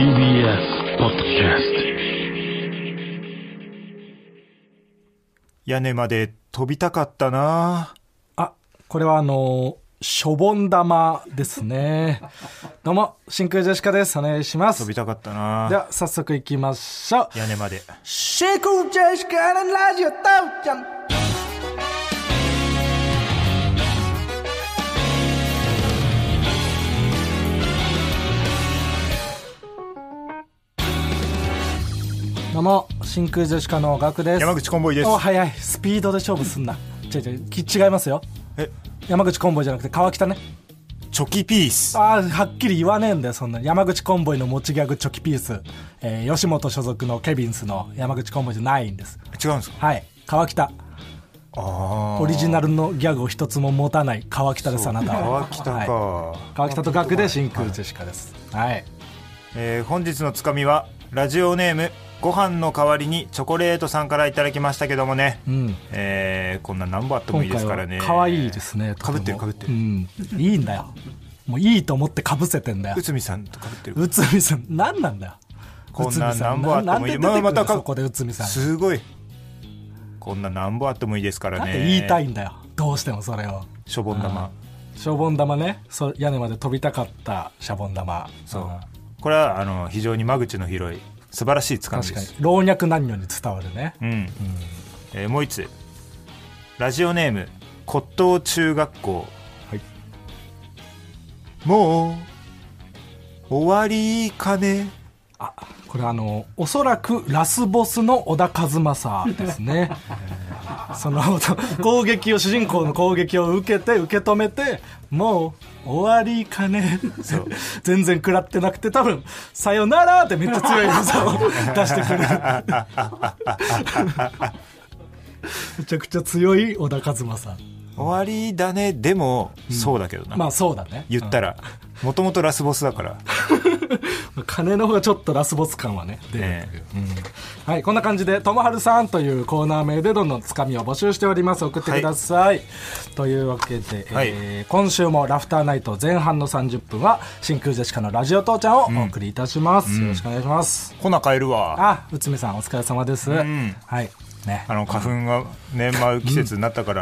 TBS ポッドキャスト。 屋根まで飛びたかったなあ、これはしょぼん玉ですね。どうも真空ジェシカです。お願いします。 飛びたかったな。 では早速いきましょう。 屋根まで真空ジェシカのラジオ父ちゃん。どうも真空ジェシカのガクです。 山口コンボイです。 お、早い。スピードで勝負すんな。違いますよ。山口コンボイじゃなくて川北ね。 チョキピース。 はっきり言わねえんだよそんな。山口コンボイの持ちギャグチョキピース、吉本所属のケビンスの山口コンボイじゃないんです。 違うんですか。 はい、川北。オリジナルのギャグを一つも持たない川北です。あなたは川北か、 はい、川北とガクで真空ジェシカです。はい、 本日のつかみはラジオネームご飯の代わりにチョコレートさんからいただきましたけどもね、こんな何本あってもいいですからね。 可愛いですね。 かぶってる、 いいんだよ。もういいと思ってかぶせてんだよ。 内海さんとかぶってる。 内海さん何なんだよ。 こんな何本あってもいい。 またそこで内海さんすごい。こんな何本あってもいいですからね。 なんで言いたいんだよ。どうしてもそれを。 しょぼん玉。 しょぼん玉ね。屋根まで飛びたかったシャボン玉。 そう。これは非常に間口の広い素晴らしいつかみです。 確かに老若男女に伝わるね。 もう一つラジオネーム骨董中学校、はい、もう終わりかね。 あ、これおそらくラスボスの小田和正ですね。その攻撃を主人公の攻撃を受け止めてもう終わりかね。そう全然食らってなくて多分さよならってめっちゃ強い技を出してくる。めちゃくちゃ強い小田和正。 終わりだね。でも、そうだけどな。 まあそうだね。 言ったらもともとラスボスだから。 金の方がちょっとラスボス感はね出るという、はい、こんな感じでともはるさんというコーナー名でどんどんつかみを募集しております。送ってください、はい、というわけで、今週もラフターナイト前半の30分は真空ジェシカのラジオ父ちゃんをお送りいたします、よろしくお願いします。 ほな帰るわ。 あ、内海さんお疲れ様です、はいね、 花粉がね舞う季節になったから、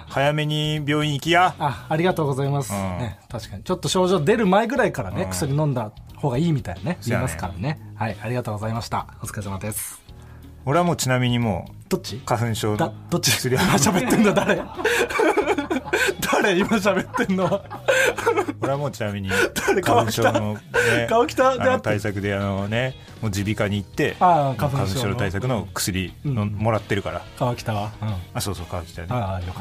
早めに病院行きや。 ありがとうございます、ね、確かにちょっと症状出る前ぐらいからね、薬飲んだ方がいいみたいなね言いますからね。はい、ありがとうございました。お疲れ様です。 俺はもうちなみにもうどっち花粉症のどっち今喋ってんの誰誰今喋ってんの。 俺はもうちなみに花粉症の、ね、 川北対策でもう耳鼻科に行って花粉症の対策の薬の、もらってるから。 川北は、 そうそう川北ね。 よかったよかった、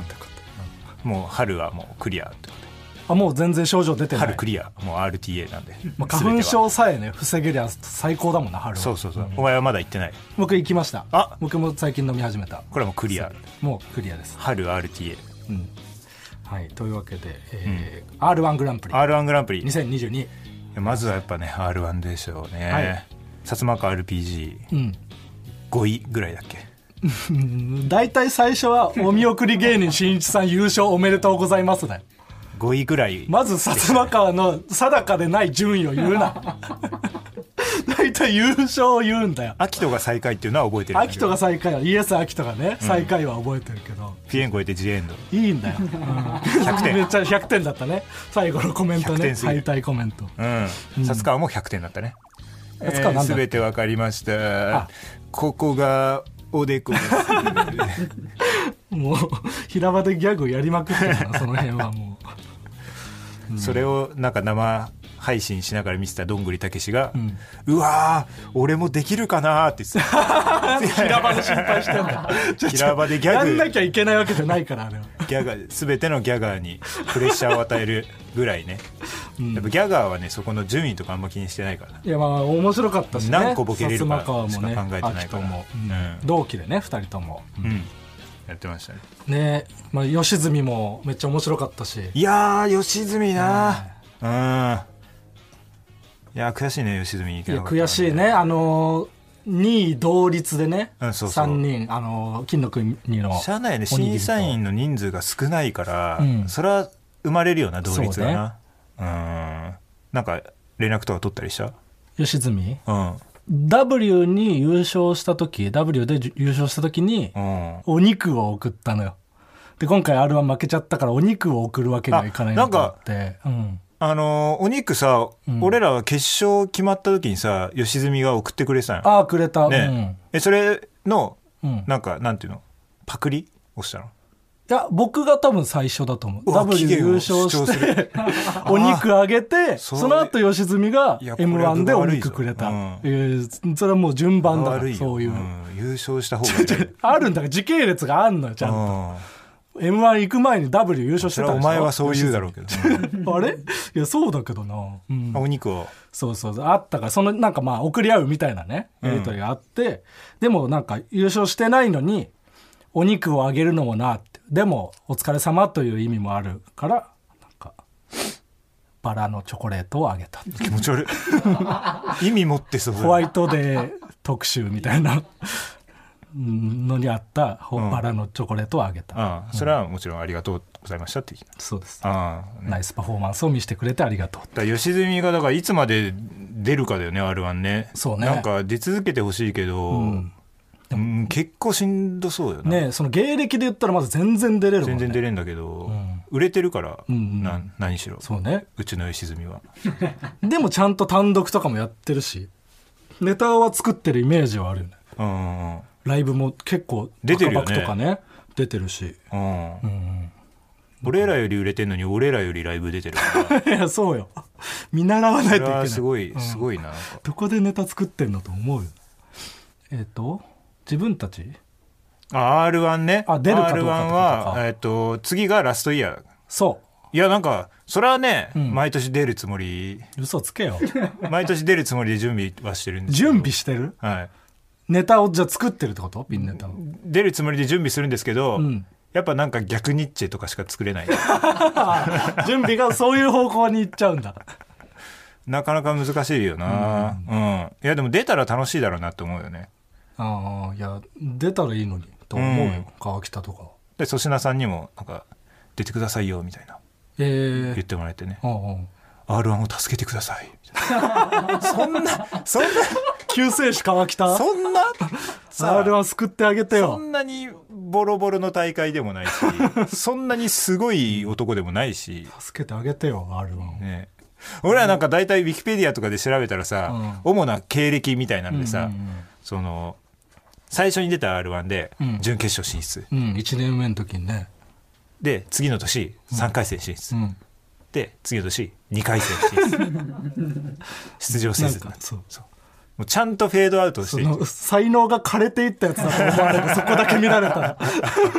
もう春はもうクリアってことで。 もう全然症状出てない。 春クリアもう RTA なんで、 花粉症さえね防げりゃ最高だもんな春は。 そうそうそう、お前はまだ行ってない。 僕行きました。僕も最近飲み始めた。これはもうクリア。 もうクリアです。 春 RTA、 はい、というわけで、R1 グランプリ R1 グランプリ 2022。 まずはやっぱね R1 でしょうね、薩摩川 RPG、5位ぐらいだっけ。 だいたい最初はお見送り芸人しんいちさん優勝おめでとうございますだよ。 5位ぐらい。 まず薩摩川の定かでない順位を言うな。だいたい優勝を言うんだよ。 秋人が最下位っていうのは覚えてるんだけど。 秋人が最下位はイエス秋人がね、最下位は覚えてるけど、 ピエン超えてジエンドいいんだよ、 100点めっちゃ100点だったね最後のコメントね。敗退コメント。 薩摩川も100点だったね。全てわかりました。ここがおでこです。 もう平場でギャグやりまくってるなその辺はもう、それをなんか生配信しながら見てたどんぐりたけしが、うわー俺もできるかなーって言ってた。 平場で心配してんだ。 平場でギャグやんなきゃいけないわけじゃないからあれは。 全てのギャガーにプレッシャーを与えるぐらいね、やっぱギャガーはねそこの順位とかあんま気にしてないから。 いや面白かったしね。 何個ボケれるかしか考えてね、 ないから、 同期でね2人とも、 やってましたね。吉住もめっちゃ面白かったし。 いやー吉住な、いや悔しいね吉住に行けなかった、ね。 いや悔しいね。2位同率でね、 そうそう 3人金の国の社内で審査員の人数が少ないから、それは生まれるよな同率がな。なんか連絡とか取ったりした？ 吉住、 うん。 W に優勝した時 W で優勝した時に、お肉を送ったのよ。で今回 R1 負けちゃったからお肉を送るわけにはいかないなと思って。 お肉さ、俺らは決勝決まった時にさ、吉住が送ってくれてたの。 ああ、くれた。 ね、それの、なんか、なんていうの、パクリをしたの？ いや、僕が多分最初だと思う。W 優勝してお肉あげて、その後吉住が M1 でお肉くれた。それはもう順番だから、そういう、 優勝した方があるんだから時系列があんのよ、ちゃんと。M1 行く前に W 優勝してたでしょ。 お前はそう言うだろうけどあれいやそうだけどな、 お肉をそうあったから、そのなんかまあ送り合うみたいなねやり取りがあって、でもなんか優勝してないのにお肉をあげるのもなって、でもお疲れ様という意味もあるから、なんかバラのチョコレートをあげた。 気持ち悪い意味持ってそう。 ホワイトデー特集みたいなのにあったバラのチョコレートをあげた。 それはもちろんありがとうございましたって。 そうです。ナイスパフォーマンスを見せてくれてありがとう。 だから吉住がだからいつまで出るかだよね、 R1 ね。 そうね。 なんか出続けてほしいけど、結構しんどそうよね。 その芸歴で言ったらまず全然出れるもんね。 全然出れるんだけど、売れてるから、何しろ。 そうね。 うちの吉住はでもちゃんと単独とかもやってるし、ネタは作ってるイメージはあるよね。ライブも結構出てるよね。 バカバクとかね出てるし、 俺らより売れてんのに俺らよりライブ出てるからいやそうよ、見習わないといけない。 すごいな、 どこでネタ作ってんのと思うよ。自分たち R1 ね。 出るかどうか R1 は、次がラストイヤー。 そう。 いやなんかそれはね、毎年出るつもり。 嘘つけよ毎年出るつもりで準備はしてるんです。 準備してる？ はい。 ネタをじゃあ作ってるってこと？ピンネタを出るつもりで準備するんですけど、やっぱなんか逆ニッチェとかしか作れない準備がそういう方向に行っちゃうんだなかなか難しいよな。いやでも出たら楽しいだろうなって思うよね。 いや出たらいいのにと思うよ、川北とかで粗品さんにもなんか出てくださいよみたいな、言ってもらえてね、R1 を助けてくださいそんな救世主川北、 そんな R1 救ってあげてよ。 そんなにボロボロの大会でもないしそんなにすごい男でもないし、 助けてあげてよ R1 ね。俺はなんか大体ウィキペディアとかで調べたらさ、主な経歴みたいなのでさ、その最初に出た R1 で準決勝進出、 1年目の時にね。 で次の年3回戦進出、で次の年2回戦進出出場せずに、そうもうちゃんとフェードアウトしていく。 才能が枯れていったやつだと思われるそこだけ見られたら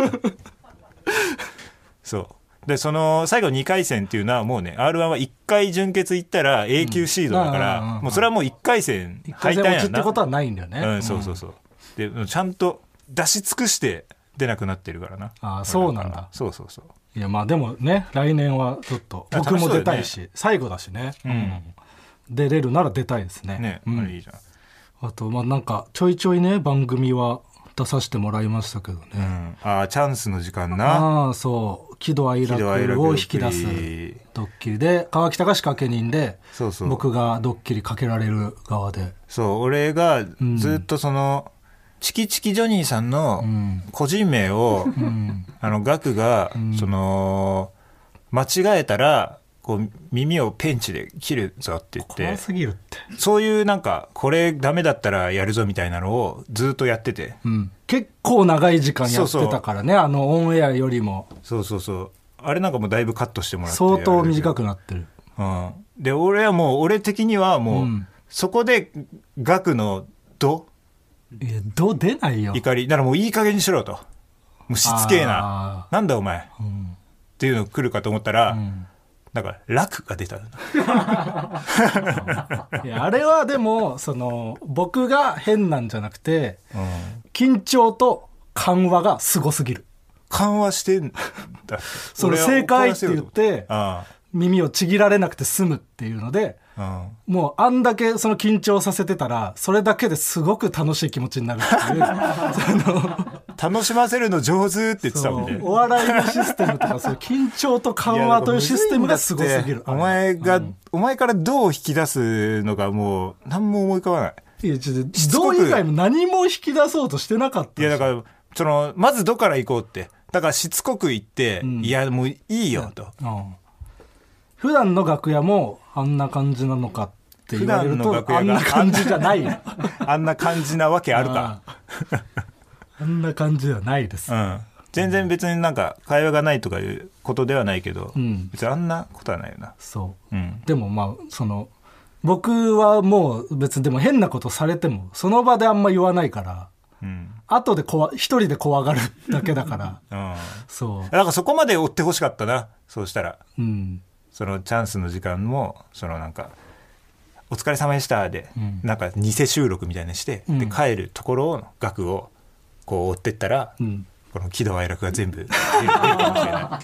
そうで、その最後2回戦っていうのはもうね、 R1 は1回準決行ったら A 級シードだから、もうそれはもう1回戦敗退やんな。1回戦落ちってことはないんだよね。 そうでちゃんと出し尽くして出なくなってるからな。 そうなんだ。 そういやまあでもね、来年はちょっと僕も出たいし、最後だしね、出れるなら出たいですね。 あれいいじゃん。 あとまあなんかちょいちょいね番組は出させてもらいましたけどね、 チャンスの時間な。 そう喜怒哀楽を引き出すドッキリで、川北が仕掛け人で、僕がドッキリかけられる側で、 俺がずっとその、チキチキジョニーさんの個人名を、ガクがその間違えたらこう耳をペンチで切るぞって言って、 怖すぎるって、 そういうなんかこれダメだったらやるぞみたいなのをずっとやってて、 結構長い時間やってたからね。オンエアよりもあれなんかもうだいぶカットしてもらって相当短くなってる。 で俺的にはもう、そこでガクのド出ないよ怒りだからもういい加減にしろと、もうしつけえな、なんだお前、っていうの来るかと思ったら、なんか楽が出たいやあれはでもその僕が変なんじゃなくて、緊張と緩和がすごすぎる。 緩和してんだそれ正解って言って耳をちぎられなくて済むっていうので、 もうあんだけその緊張させてたらそれだけですごく楽しい気持ちになるっていう楽しませるの上手って言ってたもんね。 お笑いのシステムとかそういう緊張と緩和というシステムがすごすぎる。 お前からどう引き出すのかもう何も思い浮かばない。 いやどう以外も何も引き出そうとしてなかった。 いやだからまずどから行こうって。だからしつこく言って、いやもういいよと。 普段の楽屋もあんな感じなのかって言われるとあんな感じじゃないよ。 あんな感じなわけあるか。 あんな感じではないです、 全然別になんか会話がないとかいうことではないけど、別にあんなことはないよな。 そう、でもまあ僕はもう別にでも変なことされてもその場であんま言わないから、後で一人で怖がるだけだから、そうだからそこまで追ってほしかったな。そうしたら、そのチャンスの時間もなんかお疲れ様でしたで、なんか偽収録みたいにして、で帰るところの額をこう追ってったら、この喜怒哀楽が全部出るかもしれない。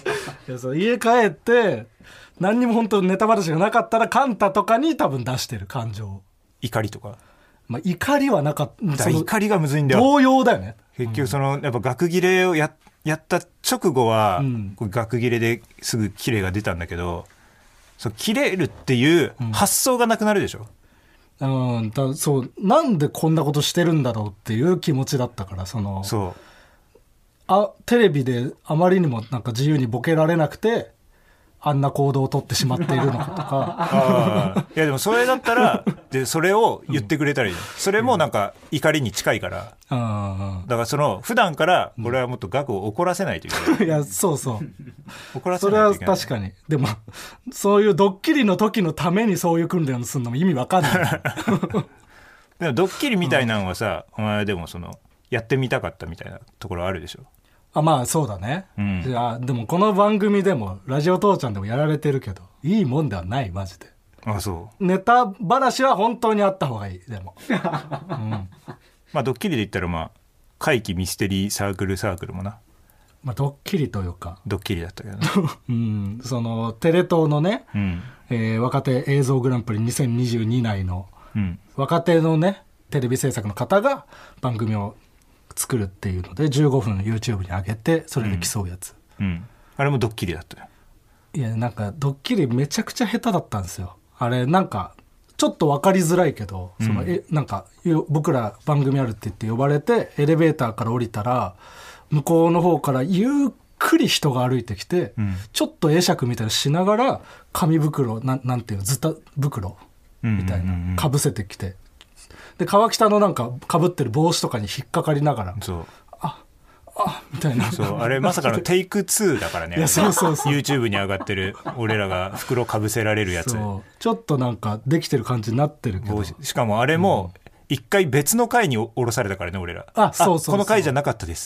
いやそう家帰って何にも本当ネタ話がなかったらカンタとかに多分出してる感情、 怒りとか、 怒りはなかった。 怒りがむずいんだよ。 動揺だよね。 結局やっぱ額切れをやった直後は、額切れですぐキレが出たんだけど、切れるっていう発想がなくなるでしょ。 そうなんでこんなことしてるんだろうっていう気持ちだったから、テレビであまりにもなんか自由にボケられなくてあんな行動を取ってしまっているのかとかいやでもそれだったらでそれを言ってくれたらいい、それもなんか怒りに近いから、だから普段から俺はもっと額を怒らせないといけない、 いやそう怒らせないといけない。 それは確かに。でもそういうドッキリの時のためにそういう訓練をするのも意味わかんないでもドッキリみたいなのはさ、お前でもやってみたかったみたいなところあるでしょ。 まあそうだね、いやでもこの番組でもラジオ父ちゃんでもやられてるけどいいもんではないマジで。 そうネタ話は本当にあった方がいい。でも、 ドッキリで言ったら怪奇ミステリーサークルもな、 ドッキリというかドッキリだったけどねテレ東のね、若手映像グランプリ2022内の、若手のねテレビ制作の方が番組を作るっていうので15分 YouTube に上げてそれで競うやつ、 あれもドッキリだったよ。 いやなんかドッキリめちゃくちゃ下手だったんですよ。あれなんかちょっと分かりづらいけど、なんか僕ら番組あるって言って呼ばれてエレベーターから降りたら向こうの方からゆっくり人が歩いてきて、ちょっと会釈みたいなしながら紙袋なんていうのズタ袋みたいなかぶせてきて、で川北のなんかかぶってる帽子とかに引っかかりながらみたいな。 あれまさかのテイク2だからね。 いやそう YouTube に上がってる俺らが袋かぶせられるやつ、 ちょっとなんかできてる感じになってるけど、 しかもあれも一回別の回に降ろされたからね俺ら。 そうこの回じゃなかったです、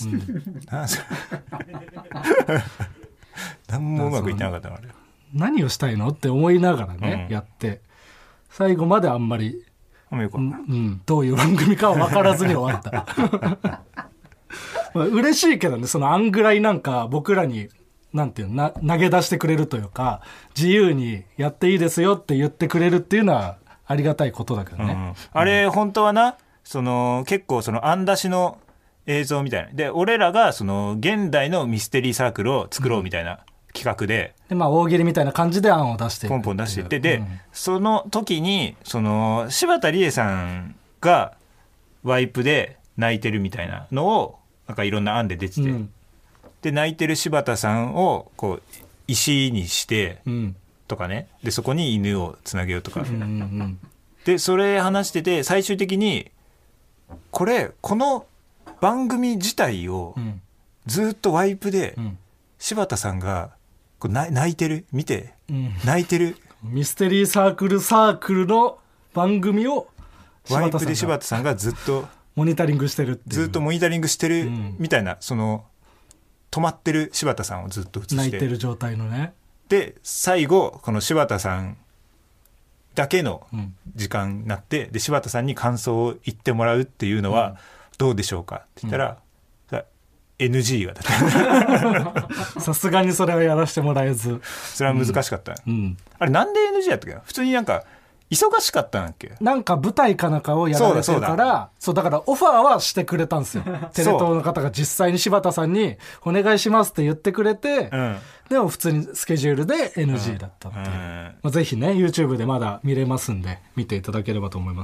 何もうまくいってなかったのあれ。 何をしたいのって思いながらね、やって最後まであんまりどういう番組かは分からずに終わった嬉しいけどね、あんぐらいなんか僕らになんていうの投げ出してくれるというか自由にやっていいですよって言ってくれるっていうのはありがたいことだけどね、 あれ本当はな結構案出しの映像みたいなで俺らが現代のミステリーサークルを作ろうみたいな企画で、 大喜利みたいな感じで案を出してポンポン出していってで、その時に柴田理恵さんがワイプで泣いてるみたいなのをなんかいろんな案で出てて、で泣いてる柴田さんをこう石にしてとかね、でそこに犬をつなげようとか、でそれ話してて最終的にこの番組自体をずっとワイプで柴田さんが泣いてる見て、泣いてるミステリーサークルの番組をワイプで柴田さんがずっとモニタリングしてるっていう、 ずっとモニタリングしてるみたいな、止まってる柴田さんをずっと映して泣いてる状態のね。 で最後この柴田さんだけの時間になって、で柴田さんに感想を言ってもらうっていうのはどうでしょうかって言ったら、NG が出たさすがにそれはやらせてもらえず、 それは難しかった、あれなんで NG やったっけな。普通になんか忙しかったんだっけ。 なんか舞台かなんかをやられてるから、そうだからオファーはしてくれたんですよ。テレ東の方が実際に柴田さんにお願いしますって言ってくれて、でも普通にスケジュールで NG だったっていう。まあ、ぜひね YouTube でまだ見れますんで見ていただければと思います。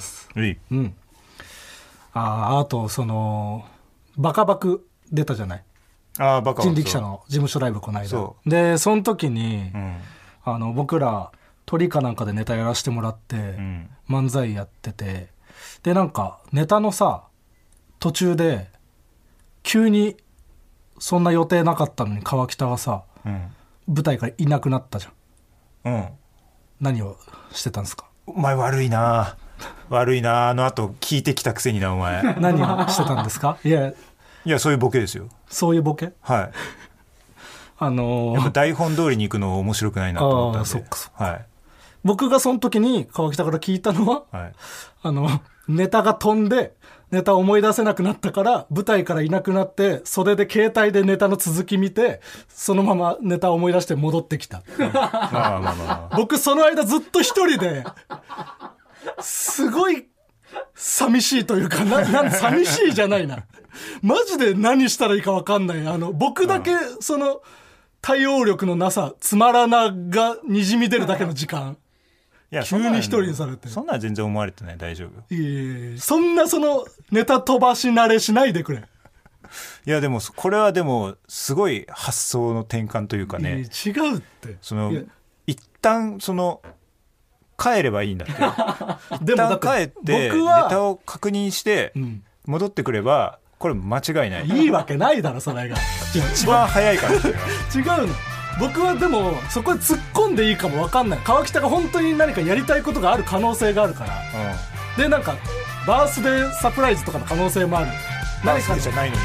あとそのバカバク出たじゃない。 バカ人力車の事務所ライブこの間で、その時に、僕ら鳥かなんかでネタやらせてもらって、漫才やってて、でなんかネタのさ途中で急にそんな予定なかったのに川北がさ、舞台からいなくなったじゃん。何をしてたんですか。 お前悪いなあの後聞いてきたくせになお前。 何をしてたんですか。いやそういうボケですよ。 そういうボケ。 はい。やっぱ台本通りに行くの面白くないなと思ったんで。 そっかそっか。 はい。 僕がその時に川北から聞いたのは、ネタが飛んでネタを思い出せなくなったから舞台からいなくなって袖で携帯でネタの続き見てそのままネタを思い出して戻ってきた。僕その間ずっと一人ですごい寂しいというか寂しいじゃないな、マジで何したらいいか分かんない。僕だけその対応力のなさ、つまらながにじみ出るだけの時間。いや急に一人にされて。 そんなん全然思われてない。大丈夫。 そんなそのネタ飛ばし慣れしないでくれ。 いやでもこれはでもすごい発想の転換というかね。 違うって。 一旦その帰ればいいんだって。一旦帰ってネタを確認して戻ってくればこれ間違いない。 いいわけないだろそれが。 一番早いから。違うの。僕はでもそこで突っ込んでいいかも分かんない。川北が本当に何かやりたいことがある可能性があるから、でなんかバースデーサプライズとかの可能性もある。 バースデーじゃないのに。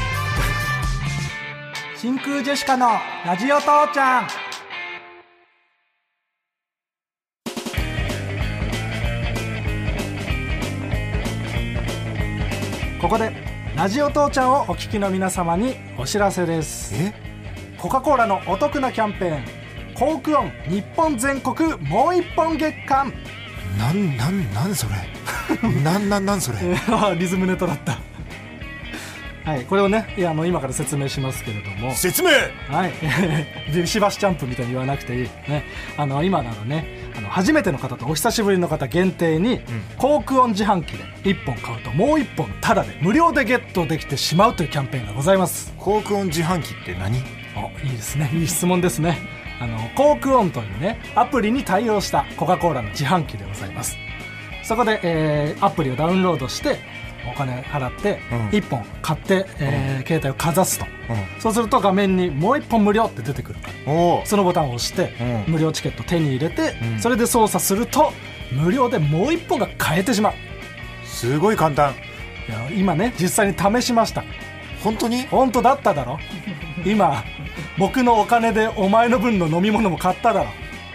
真空ジェシカのラジオ父ちゃん。ここでラジオ父ちゃんをお聞きの皆様にお知らせです。コカ・コーラのお得なキャンペーン、コークオン日本全国もう一本月間。 なんそれ。なんそれ。 リズムネタだった。はい、これをね今から説明しますけれども。 説明。 はい。しばしチャンプみたいに言わなくていいね。今ならね初めての方とお久しぶりの方限定に、コークオン自販機で1本買うともう1本タダで無料でゲットできてしまうというキャンペーンがございます。 コークオン自販機って何？ いいですね。いい質問ですね。コークオンというねアプリに対応したコカ・コーラの自販機でございます。そこで、アプリをダウンロードしてお金払って1本買って、携帯をかざすと、そうすると画面にもう1本無料って出てくるから、そのボタンを押して、無料チケットを手に入れて、それで操作すると無料でもう1本が買えてしまう。 すごい簡単。 いや今ね実際に試しました。 本当に？ 本当だっただろ。今僕のお金でお前の分の飲み物も買っただろ。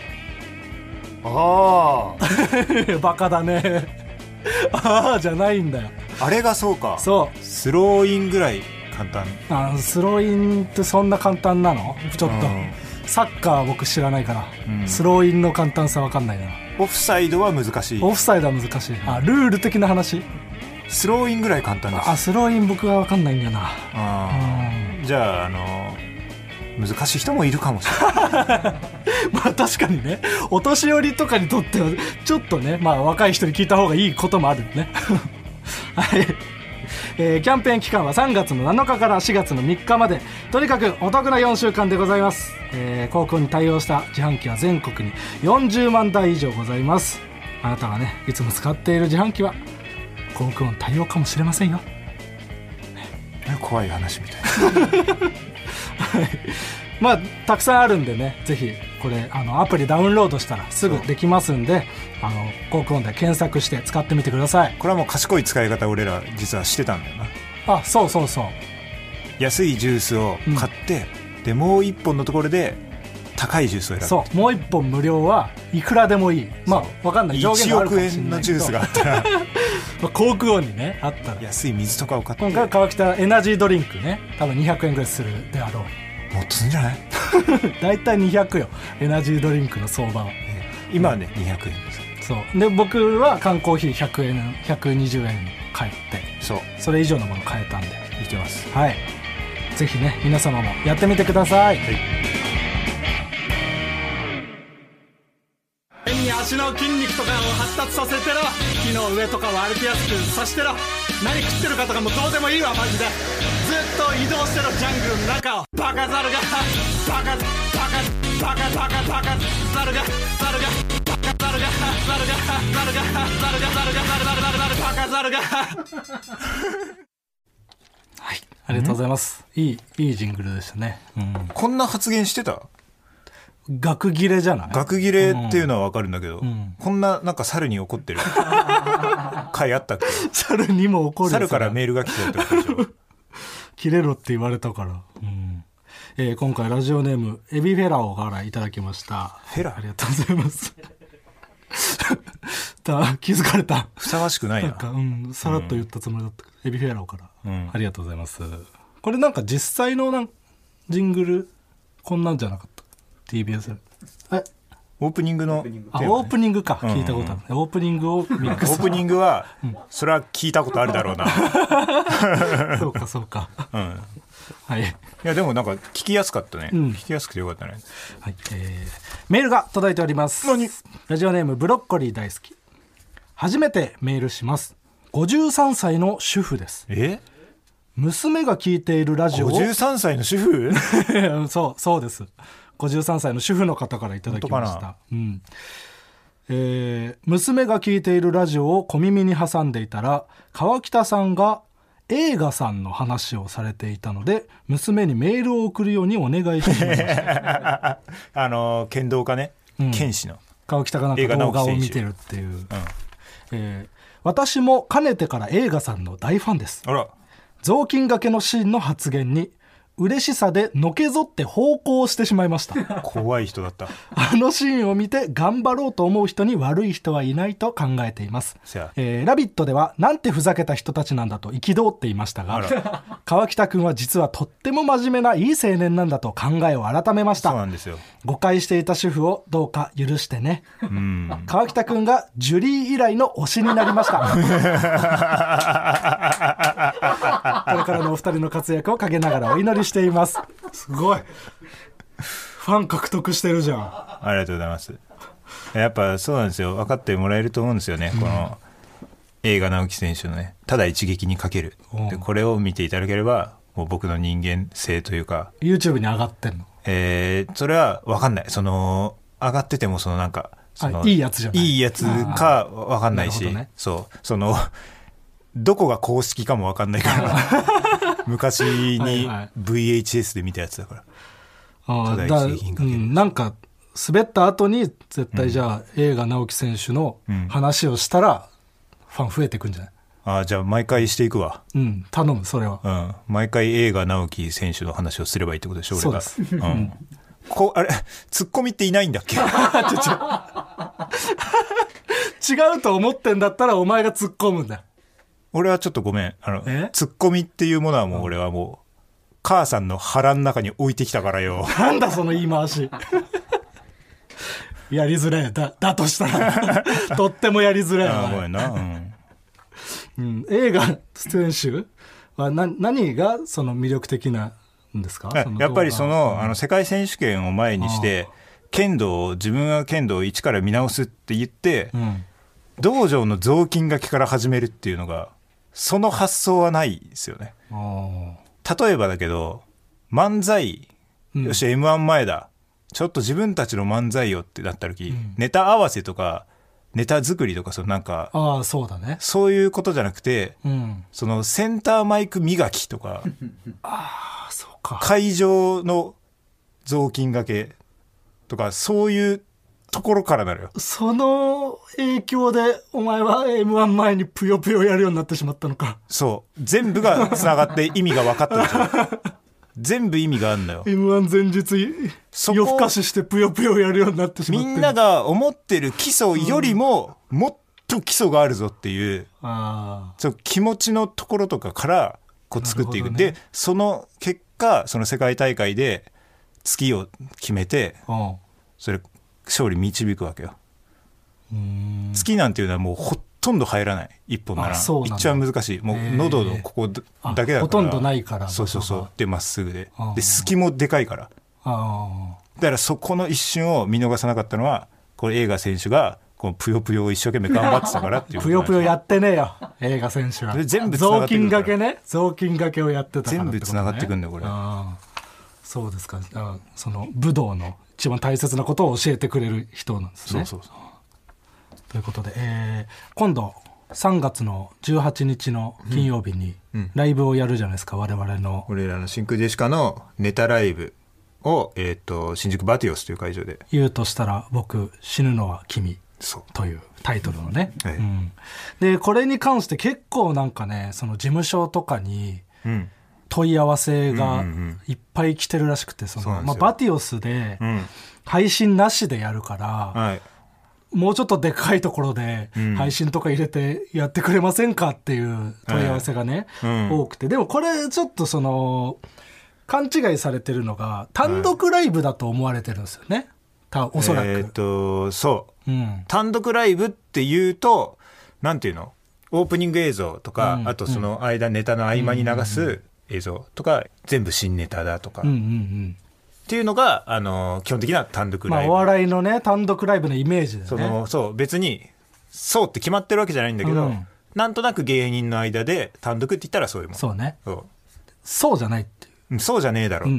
バカだね。じゃないんだよ。 あれがそうか。 そう。 スローインぐらい簡単。 スローインってそんな簡単なの？ちょっと、サッカー僕知らないから、スローインの簡単さ分かんないな。 オフサイドは難しい。 オフサイドは難しい。ルール的な話。 スローインぐらい簡単です。 スローイン僕は分かんないんだよな。 じゃあ難しい人もいるかもしれない。 まあ確かにね、お年寄りとかにとってはちょっとね、若い人に聞いた方がいいこともあるね。はい。キャンペーン期間は3月の7日から4月の3日まで、とにかくお得な4週間でございます。コークオンに対応した自販機は全国に40万台以上ございます。あなたがねいつも使っている自販機はコークオン対応かもしれませんよ。 怖い話みたいな。 たくさんあるんでね、ぜひこれアプリダウンロードしたらすぐできますんで、コークオンで検索して使ってみてください。 これはもう賢い使い方俺ら実はしてたんだよな。 そう安いジュースを買って、でもう一本のところで高いジュースを選ぶ。 そうもう一本無料はいくらでもいい。分かんない上限があるかもしれないけど、1億円のジュースがあったらコークオンにねあったら安い水とかを買って、 今回川北エナジードリンクね多分200円ぐらいするであろう。 もっとするんじゃない？ だいたい200よエナジードリンクの相場は。 今はね200円です。 そうで僕は缶コーヒー100円120円買ってそれ以上のもの買えたんでいけます。 はい、ぜひね皆様もやってみてください。変に足の筋肉とかを発達させてろ、木の上とかを歩きやすくさしてろ、何食ってるかとかもどうでもいいわマジで。ずっと移動してろジャングルの中を。バカザルがバカバカバカバカバカザルがザルがバカザルがザルがザルがザルがザルがザルザルザルザルバカザルがはい、ありがとうございます。いいジングルでしたね。 こんな発言してた？ 学切れじゃない？ 学切れっていうのは分かるんだけど、こんななんか猿に怒ってる回あったっけ？ 猿にも怒る。 猿からメールが来てたってことでしょ？ 切れろって言われたから。今回ラジオネームエビフェラオからいただきました。 フェラ？ ありがとうございます。気づかれた。 ふさわしくないな。 なんか、さらっと言ったつもりだったけど、エビフェラオから、ありがとうございます。これなんか実際のジングルこんなんじゃなかった？ TBS オープニングのテーマね。 オープニングか、聞いたことある、オープニングをミックス。 オープニングは、それは聞いたことあるだろうな。 そうかそうか。はい。いやでもなんか聞きやすかったね。聞きやすくてよかったね。 はい。メールが届いております。ラジオネームブロッコリー大好き。初めてメールします。53歳の主婦です。娘が聞いているラジオを。 53歳の主婦？ そうです。53歳の主婦の方からいただきました。娘が聞いているラジオを小耳に挟んでいたら、川北さんが映画さんの話をされていたので、娘にメールを送るようにお願いしてみました。 剣道家ね、剣士の川北がなんか動画を見てるっていう、私もかねてから映画さんの大ファンです。雑巾がけのシーンの発言に嬉しさでのけぞって奉公してしまいました。 怖い人だった。 あのシーンを見て頑張ろうと思う人に悪い人はいないと考えています。ラビットではなんてふざけた人たちなんだと憤っていましたが、川北くんは実はとっても真面目ないい青年なんだと考えを改めました。 そうなんですよ。 誤解していた主婦をどうか許してね。川北くんがジュリー以来の推しになりました。これからのお二人の活躍を陰ながらお祈りしています。すごいファン獲得してるじゃん。 ありがとうございます。やっぱそうなんですよ。分かってもらえると思うんですよね、この映画直樹選手のね、ただ一撃にかけるで、これを見ていただければもう僕の人間性というか。 YouTube に上がってんの？ それは分かんない。その上がっててもなんかいいやつじゃない、 いいやつか分かんないし、ね、どこが公式かも分かんないから昔に VHS で見たやつだから。 なんか滑った後に絶対じゃあ、映画直樹選手の話をしたらファン増えていくんじゃない？ じゃあ毎回していくわ。 頼むそれは。 毎回映画直樹選手の話をすればいいってことでしょ？ そうです。 あれツッコミっていないんだっけ？ 違うと思ってんだったらお前が突っ込むんだ。 俺はちょっとごめん。ツッコミっていうものはもう俺はもう母さんの腹の中に置いてきたからよ。 なんだその言い回し。やりづらい。だとしたらとってもやりづらい。 ごめんな。 映画選手は何がその魅力的なんですか？ やっぱり世界選手権を前にして自分が剣道を一から見直すって言って、道場の雑巾がけから始めるっていうのが、その発想はないですよね。例えばだけど漫才、よし M1 前だ、ちょっと自分たちの漫才よってなった時、ネタ合わせとかネタ作りとかなんかそうだね、 そういうことじゃなくて、そのセンターマイク磨きとかそうか、 会場の雑巾がけとかそういうところからなるよ。 その影響でお前は M1 前にぷよぷよやるようになってしまったのか。 そう全部がつながって意味が分かったでしょ。全部意味があるんだよ。 M1 前日夜更かししてぷよぷよやるようになってしまって、 みんなが思ってる基礎よりももっと基礎があるぞっていう、そう気持ちのところとかから作っていく、でその結果その世界大会で月を決めて、それ勝利導くわけよ。 月なんていうのはもうほとんど入らない一本なら一番難しいもう喉のここだけだからほとんどないからそうでまっすぐで隙もでかいからだからそこの一瞬を見逃さなかったのはこれ映画選手がこのぷよぷよを一生懸命頑張ってたからっていうぷよぷよやってねえよ映画選手は全部つながってくるから雑巾掛けね雑巾掛けをやってたから全部つながってくるんだよこれそうですかその武道の一番大切なことを教えてくれる人なんですねそうということで、今度3月の18日の金曜日にライブをやるじゃないですか、我々の俺らの真空ジェシカのネタライブを、新宿バティオスという会場で言うとしたら僕死ぬのは君というタイトルのね、でこれに関して結構なんかねその事務所とかに問い合わせがいっぱい来てるらしくてバティオスで配信なしでやるから、 はいもうちょっとでかいところで配信とか入れてやってくれませんかっていう問い合わせがね、多くてでもこれちょっとその勘違いされてるのが単独ライブだと思われてるんですよね、おそらくそう、単独ライブっていうとなんていうのオープニング映像とか、あとその間ネタの合間に流す映像とか、全部新ネタだとか、っていうのが基本的な単独ライブ、 お笑いのね単独ライブのイメージだよね。 そう別にそうって決まってるわけじゃないんだけど、なんとなく芸人の間で単独って言ったらそういうもん。 そうねそうじゃないっていうそうじゃねえだろ、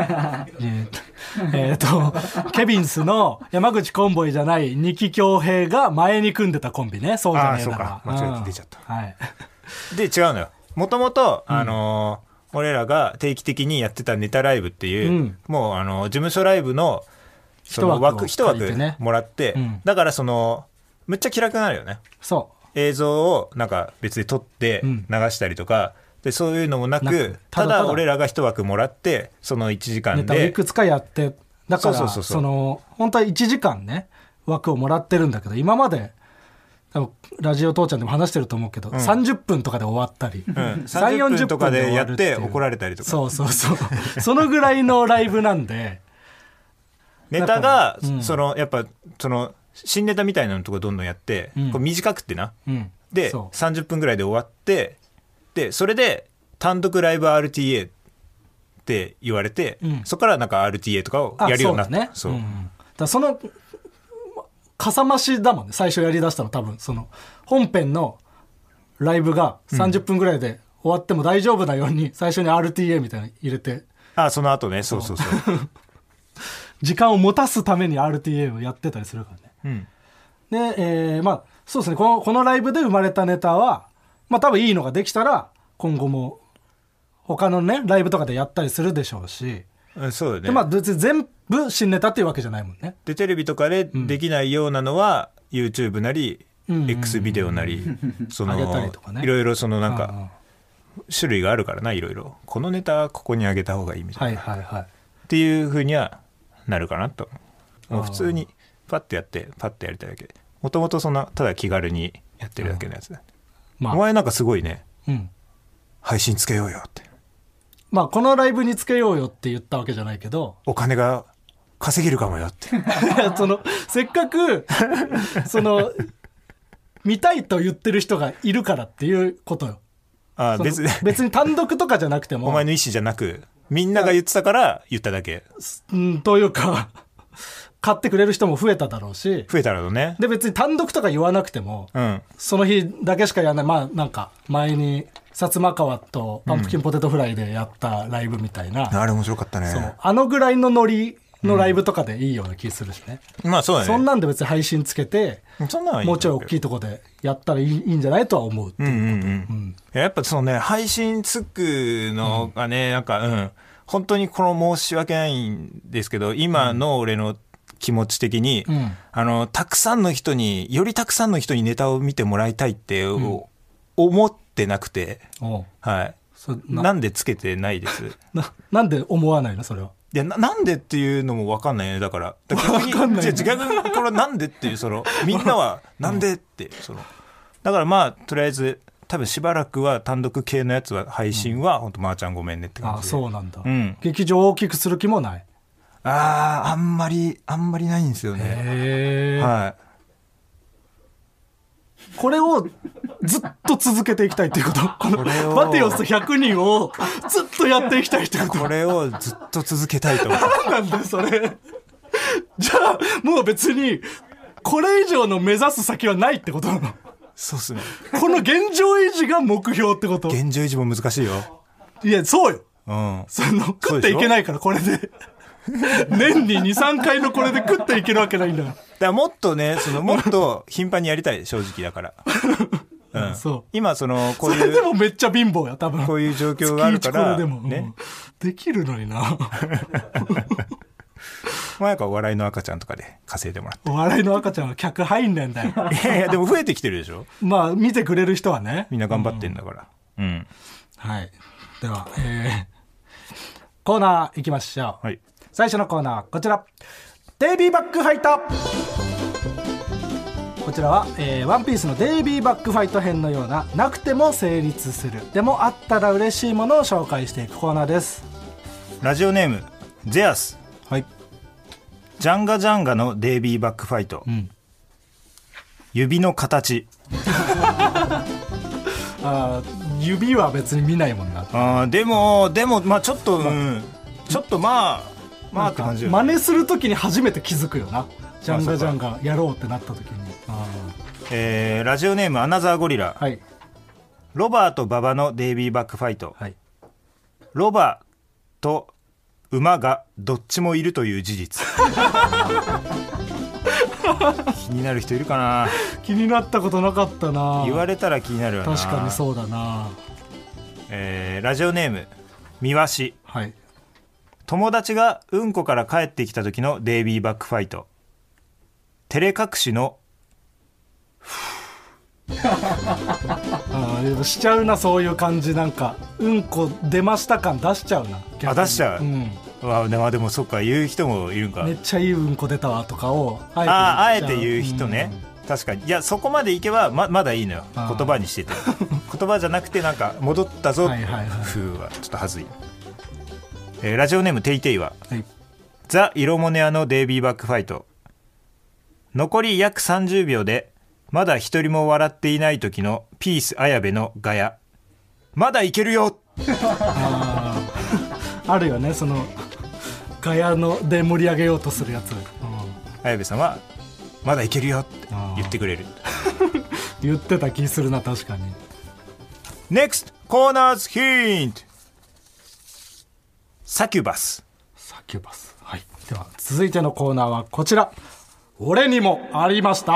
ケビンスの山口コンボイじゃない二木恭平が前に組んでたコンビね。そうじゃねえだろ。 あそうか間違えて出ちゃった、で違うのよ。もともと俺らが定期的にやってたネタライブっていう、もう事務所ライブのその一枠もらって、だからむっちゃ気楽になるよね。 そう映像をなんか別で撮って流したりとか、でそういうのもなくただ俺らが一枠もらってその1時間でネタをいくつかやってだから本当は1時間ね枠をもらってるんだけど今まで多分ラジオ父ちゃんでも話してると思うけど、30分とかで終わったり、 30分とかでやって怒られたりとかそのぐらいのライブなんでネタがやっぱ新ネタみたいなのとかどんどんやって、こう短くってな、で30分ぐらいで終わってでそれで単独ライブ RTA って言われて、そこからなんか RTA とかをやるようになった。 だそのかさ増しだもんね最初やりだしたの。多分その本編のライブが30分ぐらいで終わっても大丈夫なように最初に RTA みたいなの入れて、 その後ねそう時間を持たすために RTA をやってたりするからね、で、そうですねこのライブで生まれたネタは多分いいのができたら今後も他のねライブとかでやったりするでしょうし、 そうだね。 で別に全部新ネタっていうわけじゃないもんね。 でテレビとかでできないようなのは、YouTube なり、X ビデオなり上げたりとかね、 いろいろなんか種類があるからないろいろこのネタここに上げた方がいいみたいな、っていう風にはなるかなと。もう普通にパッとやってパッとやりたいだけでもともとただ気軽にやってるだけのやつだ、お前なんかすごいね、配信つけようよってこのライブにつけようよって言ったわけじゃないけどお金が稼げるかもよってせっかく見たいと言ってる人がいるからっていうことよ。別に単独とかじゃなくてもお前の意思じゃなくみんなが言ってたから言っただけというか買ってくれる人も増えただろうし増えただろうね。 で別に単独とか言わなくても、その日だけしかやらないなんか前に薩摩川とパンプキンポテトフライでやったライブみたいな、 あれ面白かったね。 ぐらいのノリのライブとかでいいような気するしね、 そうだね。 そんなんで別に配信つけてもうちょい大きいとこでやったらいいんじゃないとは思うっていうこと、 やっぱ配信つくのがね、なんか本当に申し訳ないんですけど今の俺の気持ち的に、たくさんの人によりたくさんの人にネタを見てもらいたいって、思ってなくて、なんでつけてないです。 なんで思わないのそれは。 いやなんでっていうのも分かんないね。だから逆にこれなんでっていうみんなはなんでってだからとりあえず多分しばらくは単独系のやつは配信は本当まーちゃんごめんねって感じで。 そうなんだ、劇場を大きくする気もない。 あんまりないんですよね。 これをずっと続けていきたいっていうこと。このバティオス100人をずっとやっていきたいってこと。 これをずっと続けたいと思う。 なんだよそれ。じゃあもう別にこれ以上の目指す先はないってことなの。 そうっすね。 この現状維持が目標ってこと。 現状維持も難しいよ。 いやそうよ。 うん。 その食っていけないからこれで。年に 2,3 回のこれで食っていけるわけないんだから。 だからもっとね、もっと頻繁にやりたい、正直だから。うん、 そう。 今こういう。 それでもめっちゃ貧乏や、多分。 こういう状況があるから。 これでも、ね、できるのにな。 前からお笑いの赤ちゃんとかで稼いでもらって。 お笑いの赤ちゃんは客入んねんだよ。 いやいや、でも増えてきてるでしょ。 まあ、見てくれる人はね。 みんな頑張ってんだから。うん。 はい。では、コーナー行きましょう。 はい。 最初のコーナーはこちら。デイビーバックファイト。こちらは、ワンピースのデイビーバックファイト編のような、なくても成立する、でもあったら嬉しいものを紹介していくコーナーです。 ラジオネームゼアス。 はい。 ジャンガジャンガのデイビーバックファイト、うん、指の形。 あ、指は別に見ないもんな。 あ、でもまあちょっと、うん、ちょっとまあって感じよ、ね、 真似するときに初めて気づくよな。ジャンガジャンガやろうってなったときに。 ラジオネームアナザーゴリラ。 はい。 ロバーと馬場のデイビーバックファイト、はい、ロバと馬がどっちもいるという事実。気になる人いるかな。 気になったことなかったな。 言われたら気になるよな。 確かにそうだな。 ラジオネームみわし。 はい。 友達がうんこから帰ってきた時のデイビーバックファイト、照れ隠しのでもしちゃうな、そういう感じ。なんかうんこ出ました感出しちゃうな。 あ、出しちゃう、うん、でもそっか、言う人もいるんか。 めっちゃいいうんこ出たわとかをあえて言う人ね、うん、確かに。いや、そこまでいけば まだいいのよ、言葉にしてて。言葉じゃなくて、なんか戻ったぞ、はいはいはい、風はちょっとはずい。ラジオネームテイテイは、はい、ザ・イロモネアのデイビーバックファイト、残り約30秒でまだ一人も笑っていない時のピース綾部のガヤ、まだいけるよ。 あるよね、そのガヤので盛り上げようとするやつ。 綾部さんはまだいけるよって言ってくれる。 言ってた気するな、確かに。 NEXT コーナーズヒント、サキュバス。 はい。では続いてのコーナーはこちら。俺にもありました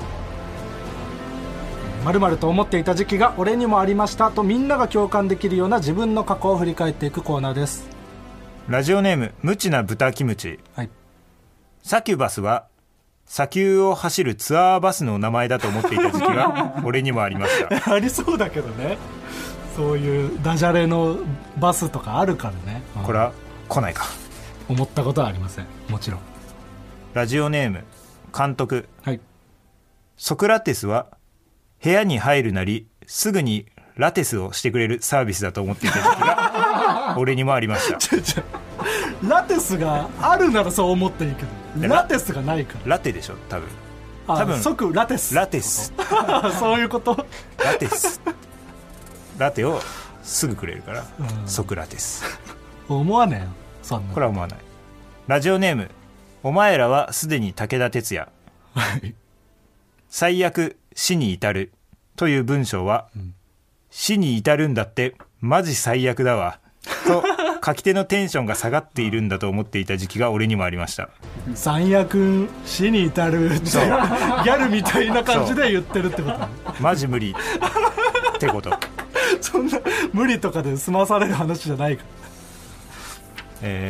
。〇〇と思っていた時期が俺にもありましたと、みんなが共感できるような自分の過去を振り返っていくコーナーです。 ラジオネーム無知な豚キムチ。 はい。 サキュバスは砂丘を走るツアーバスの名前だと思っていた時期が俺にもありました。 ありそうだけどね、そういうダジャレのバスとかあるからね。 これは来ないか。 思ったことはありません、もちろん。 ラジオネーム監督。 はい。 ソクラテスは部屋に入るなりすぐにラテスをしてくれるサービスだと思っていた時期が俺にもありました。 ラテスがあるならそう思っていいけど、ラテスがないから。 ラテでしょ、多分即ラテス。 ラテス。 そういうこと。 ラテス、ラテをすぐくれるから、ソクラテス。 思わねえよ、そんな。 これは思わない。ラジオネームお前らはすでに武田鉄矢。最悪死に至るという文章は、死に至るんだってマジ最悪だわと書き手のテンションが下がっているんだと思っていた時期が俺にもありました。 最悪死に至るってギャルみたいな感じで言ってるってこと。 マジ無理ってこと。 そんな無理とかで済まされる話じゃないから。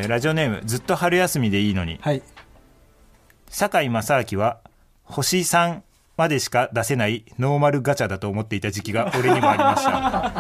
ラジオネームずっと春休みでいいのに。 はい。 堺正明は星3までしか出せないノーマルガチャだと思っていた時期が俺にもありました。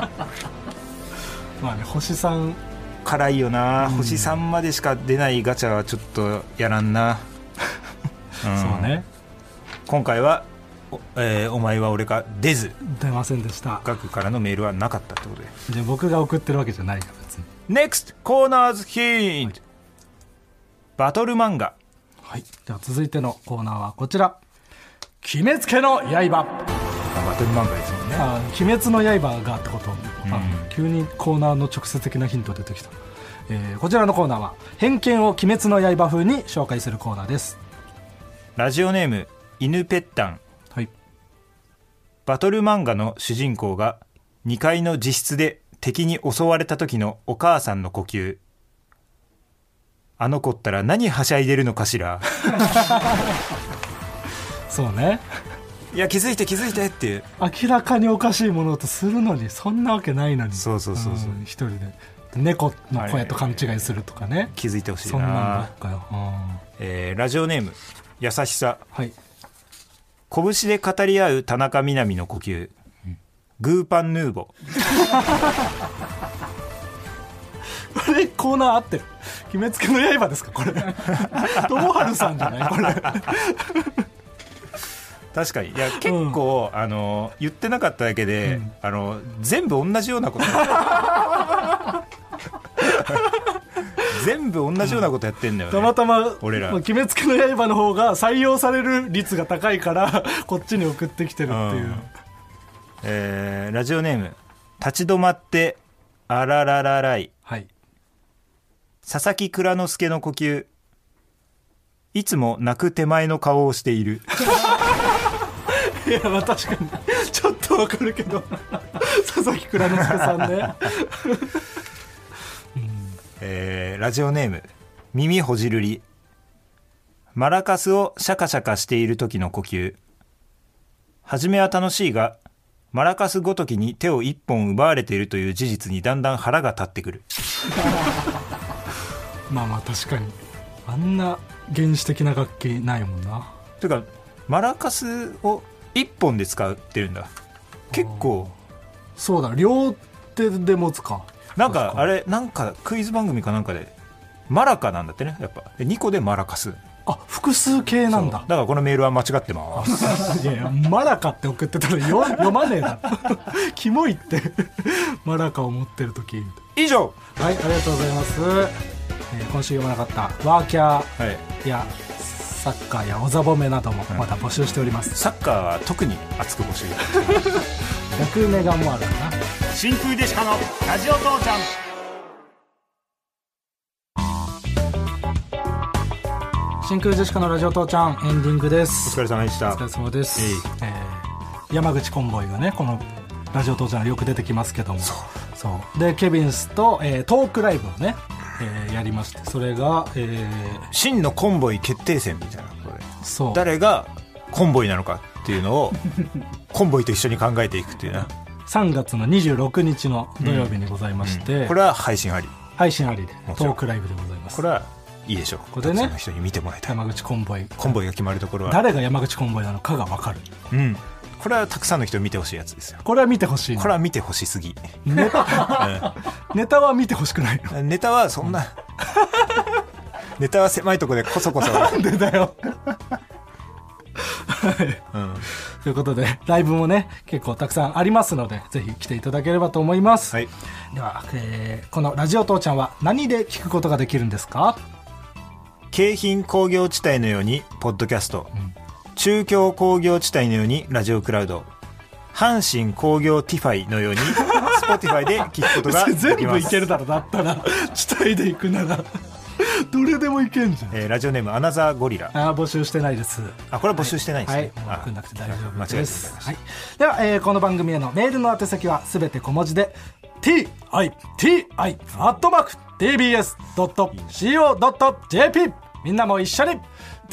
まあね、星3 辛いよな、星3までしか出ないガチャはちょっとやらんな。 そうね。 今回はお前は俺か出ませんでした。 学からのメールはなかったってことで。 じゃあ僕が送ってるわけじゃないから別に。 NEXT コーナーズヒント、バトル漫画。 はい。では続いてのコーナーはこちら。決めつけの刃。 バトル漫画ですもんね。 鬼滅の刃がってこと、急にコーナーの直接的なヒント出てきた。こちらのコーナーは偏見を鬼滅の刃風に紹介するコーナーです。 ラジオネーム犬ぺったん、 はい、 バトル漫画の主人公が2階の自室で敵に襲われた時のお母さんの呼吸、あの子ったら何はしゃいでるのかしらそうね、 いや気づいてっていう、 明らかにおかしいものとするのにそんなわけないのに、 そう、 一人で猫の声と勘違いするとかね、 気づいてほしいな。 そんなんばっかよ。 ラジオネーム優しさ、 はい、 拳で語り合う田中みな実の呼吸、グーパンヌーボこれコーナー合ってる？鬼滅の刃ですかこれ友春さんじゃないこれ確かに、いや結構、言ってなかっただけで、全部同じようなこと全部同じようなことやってんだよね、 たまたま俺ら鬼滅の刃の方が採用される率が高いからこっちに送ってきてるっていう、 ラジオネーム立ち止まってあららららい、 はい、 佐々木蔵之介の呼吸、いつも泣く手前の顔をしているいやまあ確かにちょっとわかるけど佐々木蔵之介さんねラジオネーム耳ほじるり、マラカスをシャカシャカしている時の呼吸、初めは楽しいがマラカスごときに手を一本奪われているという事実にだんだん腹が立ってくるまあ確かにあんな原始的な楽器ないもんな。 てかマラカスを一本で使ってるんだ、結構。 そうだ、両手で持つか。 なんかあれ、なんかクイズ番組かなんかでマラカなんだってね、やっぱ2個でマラカス、 複数形なんだ。 だからこのメールは間違ってますいやマラカって送ってたら読まねえだろキモいってマラカを持ってる時。 以上。 はい、ありがとうございます。今週読まなかったワーキャーやサッカーやおざぼめなどもまた募集しております、 サッカーは特に熱く募集逆ネガもあるかな。 真空ジェシカのラジオ父ちゃん。 真空ジェシカのラジオ父ちゃんエンディングです。 お疲れ様でした。 お疲れ様です、山口コンボイがねこのラジオ父ちゃんよく出てきますけども、そうでケビンスと、トークライブをね、やりまして、それが、 真のコンボイ決定戦みたいなことで、 そう誰がコンボイなのかっていうのをコンボイと一緒に考えていくっていうな。 3月の26日の土曜日にございまして、 これは配信ありでトークライブでございます。 これはいいでしょう。 ここでねたくさんの人に見てもらいたい。 山口コンボイが決まるところは誰が山口コンボイなのかが分かる、 これはたくさんの人に見てほしいやつですよ。 これは見てほしい、 これは見てほしすぎネタは見てほしくないの。 ネタはそんなネタは狭いところでこそこそなんでだよということでライブもね結構たくさんありますのでぜひ来ていただければと思います、では、このラジオ父ちゃんは何で聞くことができるんですか？ 京浜工業地帯のようにポッドキャスト、中京工業地帯のようにラジオクラウド、阪神工業ティファイのようにスポティファイで聞くことができます。 全部いけるだろ、だったら地帯で行くならどれでもいけんじゃん。 ラジオネームアナザーゴリラ。 募集してないです。 これは募集してないですね。 もう送んなくて大丈夫です。 間違えてでは、この番組へのメールの宛先はすべて小文字で TITI@tbs.co.jp、 みんなも一緒に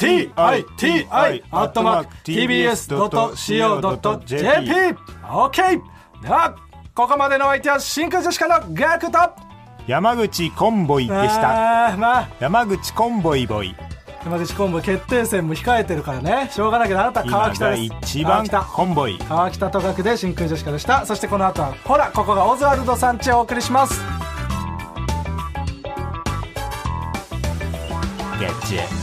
TITI@tbs.co.jp。 OK。 ではここまでのお相手は真空ジェシカのガクと山口コンボイでした。山口コンボイボイ。 山口コンボイ決定戦も控えてるからね、しょうがないけどあなた川北です。 一番コンボイ川北と学で真空ジェシカでした。そしてこの後はほらここがオズワルドさんちをお送りします。 ガチャ。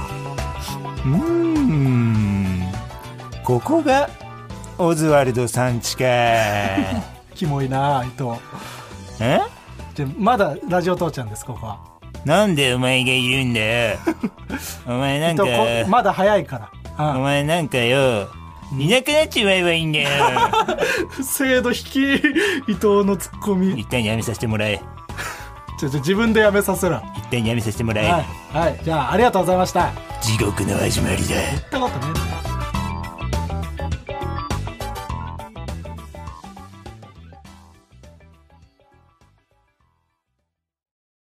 ここがオズワルドさんちかキモいな伊藤。まだラジオ父ちゃんです。ここはなんでお前がいるんだよお前なんかまだ早いから、 お前なんかよいなくなっちまえばいいんだよ。 精度引き、伊藤のツッコミ。 一旦やめさせてもらえ。 自分でやめさせろ。 一旦やめさせてもらえ。 はい、はい、じゃあありがとうございました。 地獄の始まりだ。 言ったことねえだろ。